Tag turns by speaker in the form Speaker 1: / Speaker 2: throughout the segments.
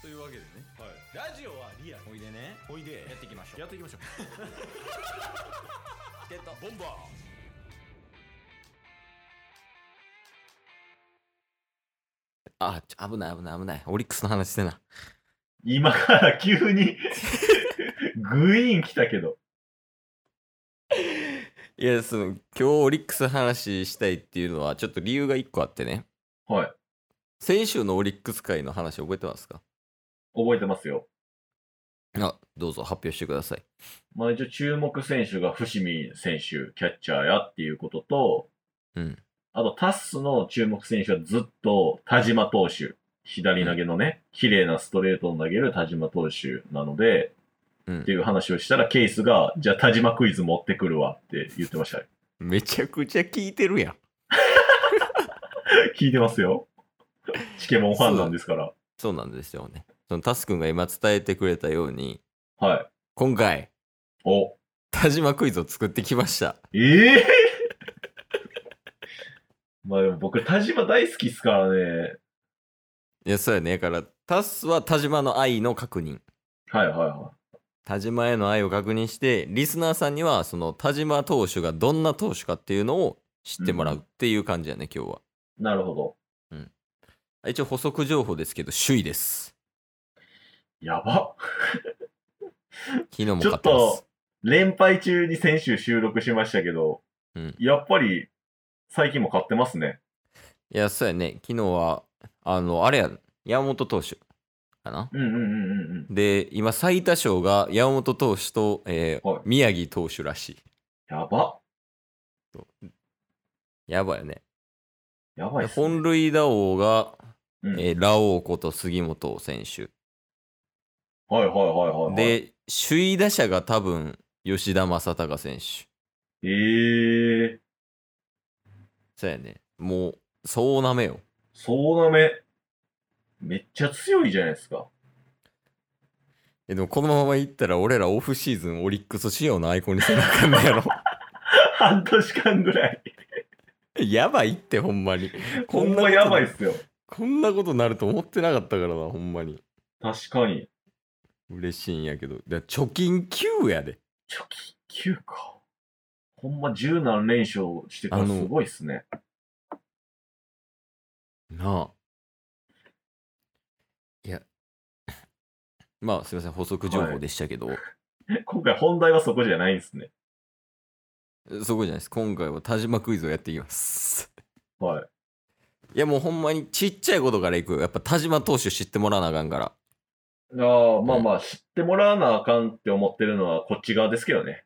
Speaker 1: というわけでね、
Speaker 2: はい、ラジオはリアル。
Speaker 1: おいでね、
Speaker 2: おいで
Speaker 1: やっていきましょう。
Speaker 2: やっていきましょう。
Speaker 1: ゲット
Speaker 2: ボンバ
Speaker 1: 危ない危ない危ない。オリックスの話してな。
Speaker 2: 今から急にグイーン来たけど。
Speaker 1: いや、今日オリックス話したいっていうのはちょっと理由が一個あってね。
Speaker 2: はい。
Speaker 1: 先週のオリックス会の話覚えてますか？
Speaker 2: 覚えてますよ。
Speaker 1: どうぞ発表してください。
Speaker 2: まあ一応注目選手が伏見選手、キャッチャーやっていうことと、
Speaker 1: うん。
Speaker 2: あとタッスの注目選手はずっと田島投手。左投げのね、綺麗なストレートを投げる田島投手なので、っていう話をしたらケイスが、じゃあ田島クイズ持ってくるわって言ってましたよ。
Speaker 1: めちゃくちゃ聞いてるやん。
Speaker 2: 聞いてますよ。チケモンファンなんですから。
Speaker 1: そうなんですよね。そのタス君が今伝えてくれたように、
Speaker 2: はい。
Speaker 1: 今回、田島クイズを作ってきました。
Speaker 2: まあでも僕、田島大好きっすからね。
Speaker 1: いや、そうやね。だから、タスは田島の愛の確認。
Speaker 2: はいはいは
Speaker 1: 田島への愛を確認して、リスナーさんには、その田島投手がどんな投手かっていうのを知ってもらうっていう感じやね、今日は。
Speaker 2: なるほど。
Speaker 1: 一応補足情報ですけど、首位です。
Speaker 2: やば。
Speaker 1: 昨日も
Speaker 2: ちょっ
Speaker 1: 勝ってます。
Speaker 2: と、連敗中に先週収録しましたけど、やっぱり、最近も勝ってますね。
Speaker 1: いや、そうやね。昨日は、あれや、山本投手かな。で、今、最多勝が山本投手と、
Speaker 2: はい
Speaker 1: 宮城投手らしい。
Speaker 2: やば。
Speaker 1: やばいよね。
Speaker 2: やばいっすね。
Speaker 1: 本塁打王が、ラオウこと杉本選手。
Speaker 2: はいはいはいはい。
Speaker 1: で、首位打者が多分、吉田正尚選手。そうやね。もう、そうなめよ。
Speaker 2: そうなめ。めっちゃ強いじゃないですか。
Speaker 1: でもこのままいったら俺らオフシーズンオリックス仕様のアイコンにせなあかんのやろ。
Speaker 2: 半年間ぐらい。
Speaker 1: やばいってほんまに。
Speaker 2: ほんまやばいっすよ。
Speaker 1: こんなことなると思ってなかったからな、ほんまに。
Speaker 2: 確かに。
Speaker 1: 嬉しいんやけど。貯金9やで。
Speaker 2: 貯金9か。ほんま十何連勝してからすごいっすね。
Speaker 1: なあ。いや。まあすいません、補足情報でしたけど。
Speaker 2: 今回本題はそこじゃないんですね。
Speaker 1: そこじゃないです。今回は田島クイズをやっていきます。
Speaker 2: はい。
Speaker 1: いやもうほんまにちっちゃいことからいくよ。やっぱ田島投手知ってもらわなあかんから。
Speaker 2: まあまあ、知ってもらわなあかんって思ってるのはこっち側ですけどね。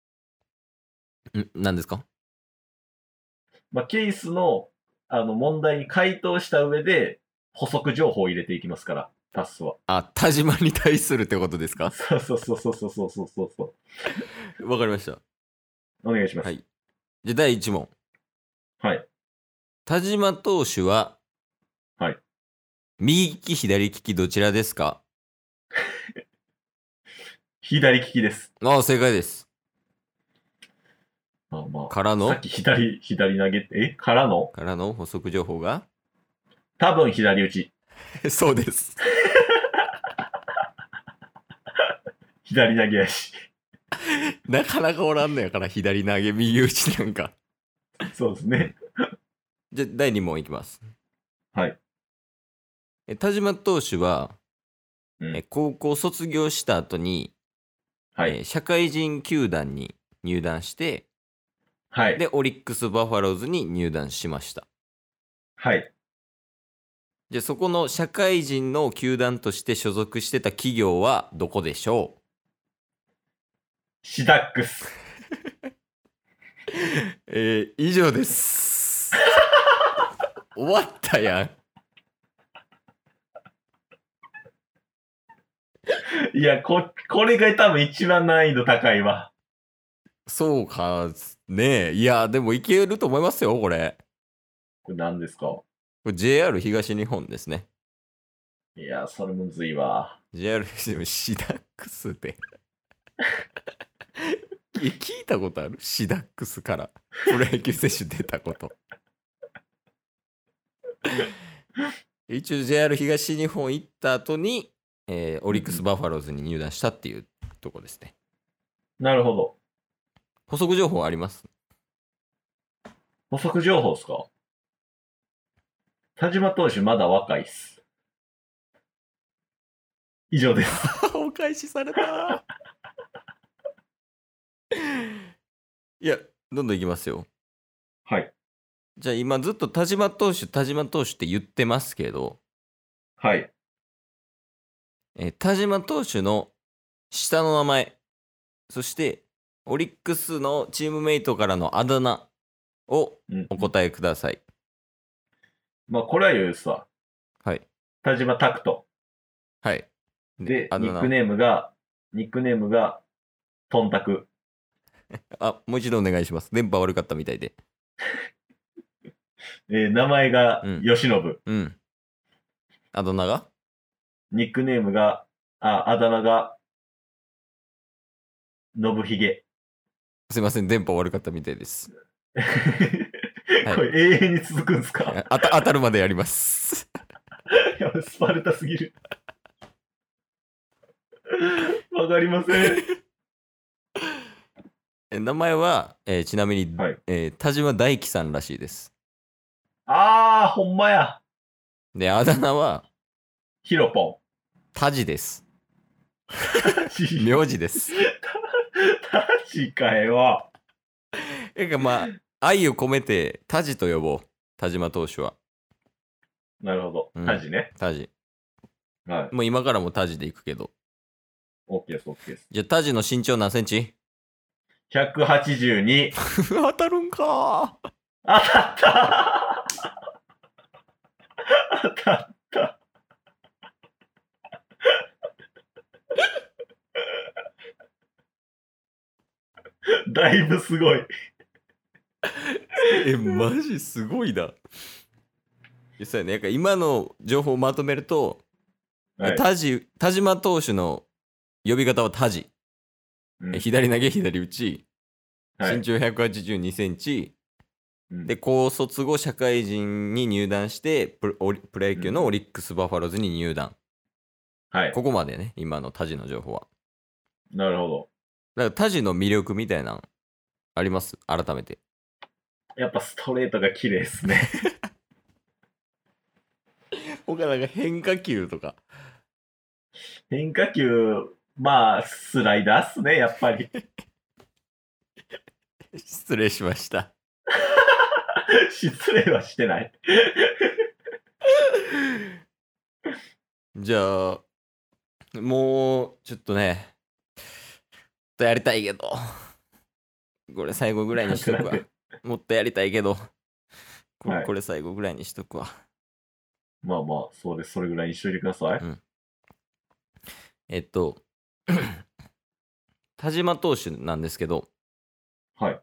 Speaker 1: 何ですか？
Speaker 2: まあ、ケースの、問題に回答した上で、補足情報を入れていきますから、タスは。
Speaker 1: 田島に対するってことですか？
Speaker 2: そうそうそうそうそうそうそうそ
Speaker 1: う。わかりました。
Speaker 2: お願いします。
Speaker 1: はい。じゃあ第1問。
Speaker 2: はい。
Speaker 1: 田島投手は、
Speaker 2: はい。
Speaker 1: 右利き左利きどちらですか？
Speaker 2: 左利きです。
Speaker 1: 正解です。
Speaker 2: まあまあ。
Speaker 1: からの
Speaker 2: さっき左投げて、からの
Speaker 1: 補足情報が
Speaker 2: 多分左打ち。
Speaker 1: そうです。
Speaker 2: 左投げやし。
Speaker 1: なかなかおらんのやから、左投げ右打ちなんか。
Speaker 2: そうですね。
Speaker 1: じゃあ第2問いきます。
Speaker 2: はい。
Speaker 1: 田島投手は、高校卒業した後に、社会人球団に入団して、で、オリックス・バファローズに入団しました。
Speaker 2: はい。
Speaker 1: じゃあそこの社会人の球団として所属してた企業はどこでしょう？
Speaker 2: シダックス。
Speaker 1: 以上です。終わったやん。
Speaker 2: いや、これが多分一番難易度高いわ。
Speaker 1: そうかね。いや、でもいけると思いますよ、これ。
Speaker 2: これ何ですか？こ
Speaker 1: れ JR 東日本ですね。
Speaker 2: いや、それむずいわ。
Speaker 1: JR でもシダックスで。聞いたことある？シダックスからプロ野球選手出たこと。一応 JR 東日本行った後にオリックス・バファローズに入団したっていうとこですね。
Speaker 2: なるほど。
Speaker 1: 補足情報あります？
Speaker 2: 補足情報ですか？田島投手まだ若いっす。以上です。
Speaker 1: お返しされた。いや、どんどんいきますよ。
Speaker 2: はい。
Speaker 1: じゃあ今ずっと田島投手って言ってますけど、
Speaker 2: はい。
Speaker 1: 田島投手の下の名前、そしてオリックスのチームメイトからのあだ名をお答えください。
Speaker 2: まあ、これは言うさ。
Speaker 1: はい。
Speaker 2: 田島拓人。
Speaker 1: はい。
Speaker 2: で、ニックネームが、トンタク。
Speaker 1: もう一度お願いします。電波悪かったみたいで。
Speaker 2: 名前が、吉信。
Speaker 1: うん。あだ名が？
Speaker 2: ニックネームが、あだ名が、信ひげ。
Speaker 1: すいません、電波悪かったみたいです。
Speaker 2: これ永遠に続くんですか？
Speaker 1: 当たるまでやります。
Speaker 2: やばい、スパルタすぎる。わかりませ
Speaker 1: ん。名前は、ちなみに、
Speaker 2: はい、
Speaker 1: 田島大樹さんらしいです。
Speaker 2: ほんまや。
Speaker 1: で、あだ名は、
Speaker 2: ヒロポ
Speaker 1: ン。タジです。名字です。
Speaker 2: タジかよ。
Speaker 1: まあ、愛を込めてタジと呼ぼう。田島投手は。
Speaker 2: なるほど。タジね。
Speaker 1: タジ。
Speaker 2: はい。
Speaker 1: もう今からもタジでいくけど。
Speaker 2: OK です、OK です。
Speaker 1: じゃあタジの身長何センチ？
Speaker 2: 182。
Speaker 1: 当たるんか。
Speaker 2: 当たった当たった。だいぶすごい。
Speaker 1: マジすごいな。そうやね。今の情報をまとめると、はい、田島投手の呼び方はタジ。左投げ左打ち、身長182センチ、で高卒後社会人に入団してプロ野球のオリックス・バファローズに入団。ここまでね、今のタジの情報は。
Speaker 2: なるほど。
Speaker 1: だからタジの魅力みたいなのあります？改めて。
Speaker 2: やっぱストレートが綺麗ですね。
Speaker 1: 他なんか変化球とか。
Speaker 2: 変化球、まあ、スライダーっすね、やっぱり。
Speaker 1: 失礼しました。
Speaker 2: 失礼はしてない。
Speaker 1: じゃあ、もう、ちょっとね、やりたいけど、これ最後ぐらいにしとくわ。もっとやりたいけど、これ最後ぐらいにしとくわ。
Speaker 2: まあまあ、そうです。それぐらいにしといてください。
Speaker 1: 田島投手なんですけど、
Speaker 2: はい。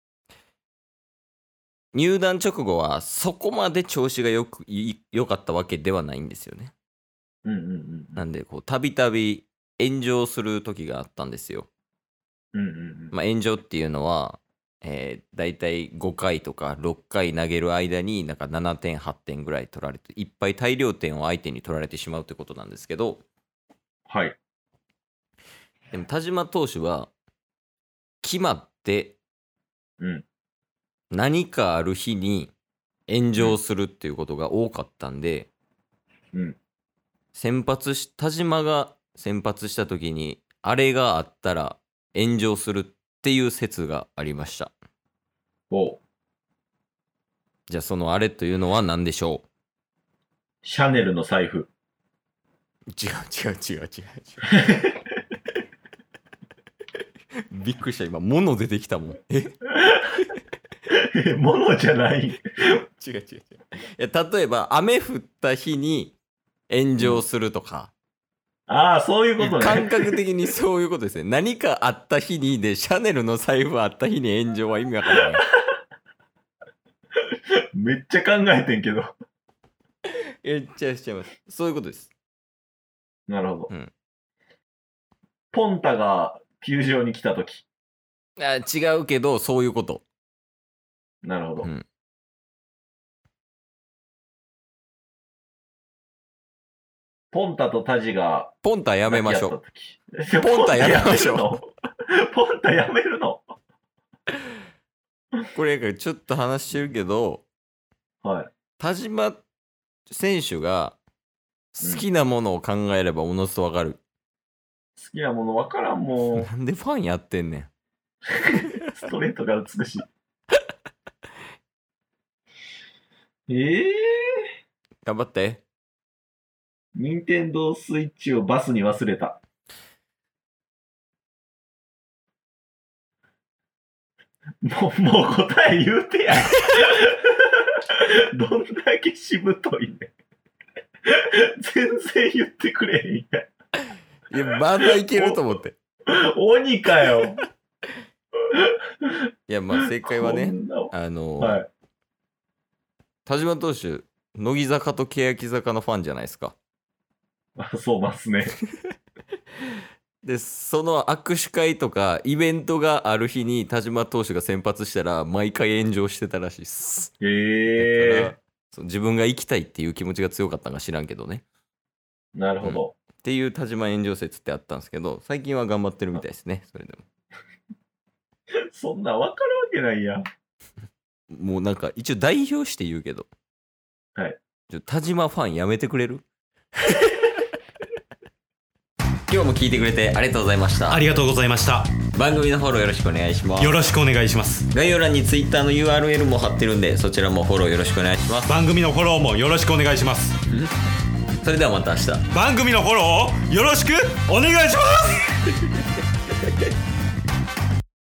Speaker 1: 入団直後はそこまで調子が良かったわけではないんですよね。なんで、たびたび炎上する時があったんですよ。炎上っていうのは、だいたい5回とか6回投げる間になんか7点8点ぐらい取られて、いっぱい大量点を相手に取られてしまうってことなんですけど、
Speaker 2: はい。
Speaker 1: でも田島投手は決まって、何かある日に炎上するっていうことが多かったんで、田島が先発した時にあれがあったら炎上するっていう説がありました。じゃあそのあれというのは何でしょう？
Speaker 2: シャネルの財布。
Speaker 1: 違う。びっくりした、今物出てきたもん。
Speaker 2: 物じゃない。
Speaker 1: 違う。いや、例えば雨降った日に炎上するとか。
Speaker 2: そういうことね。
Speaker 1: 感覚的にそういうことですね。何かあった日にで、シャネルの財布あった日に炎上は意味わからない。
Speaker 2: めっちゃ考えてんけど。
Speaker 1: しちゃいます。そういうことです。
Speaker 2: なるほど。ポンタが球場に来たとき。
Speaker 1: 違うけど、そういうこと。
Speaker 2: なるほど。 ポンタとタジが
Speaker 1: ポンタやめましょう。
Speaker 2: ポンタやめましょう。ポンタやめるの
Speaker 1: これちょっと話してるけど、
Speaker 2: はい。
Speaker 1: 田島選手が好きなものを考えればおのずとわかる。
Speaker 2: 好きなものわからんもん。
Speaker 1: なんでファンやってんねん。
Speaker 2: ストレートが美しい。
Speaker 1: 頑張って。
Speaker 2: 任天堂スイッチをバスに忘れた。もう答え言うてや。どんだけしぶといね。全然言ってくれへん
Speaker 1: やん。いや、まだいけると思って。
Speaker 2: 鬼かよ。
Speaker 1: いや、まあ正解はね、はい、田島投手、乃木坂と欅坂のファンじゃないですか。
Speaker 2: そうますね。
Speaker 1: で、その握手会とかイベントがある日に田島投手が先発したら毎回炎上してたらしいっす。だから自分が行きたいっていう気持ちが強かったんか知らんけどね。
Speaker 2: なるほど、
Speaker 1: っていう田島炎上説ってあったんですけど、最近は頑張ってるみたいですね。それでも
Speaker 2: そんな分かるわけないやん。
Speaker 1: もうなんか一応代表して言うけど、
Speaker 2: はい。
Speaker 1: 田島ファンやめてくれる？今日も聞いてくれてありがとうございました。
Speaker 3: ありがとうございました。
Speaker 1: 番組のフォローよろしくお願いします。
Speaker 3: よろしくお願いします。
Speaker 1: 概要欄に Twitter の URL も貼ってるんで、そちらもフォローよろしくお願いします。
Speaker 3: 番組のフォローもよろしくお願いします。
Speaker 1: それではまた明日。
Speaker 3: 番組のフォローをよろしくお願いします。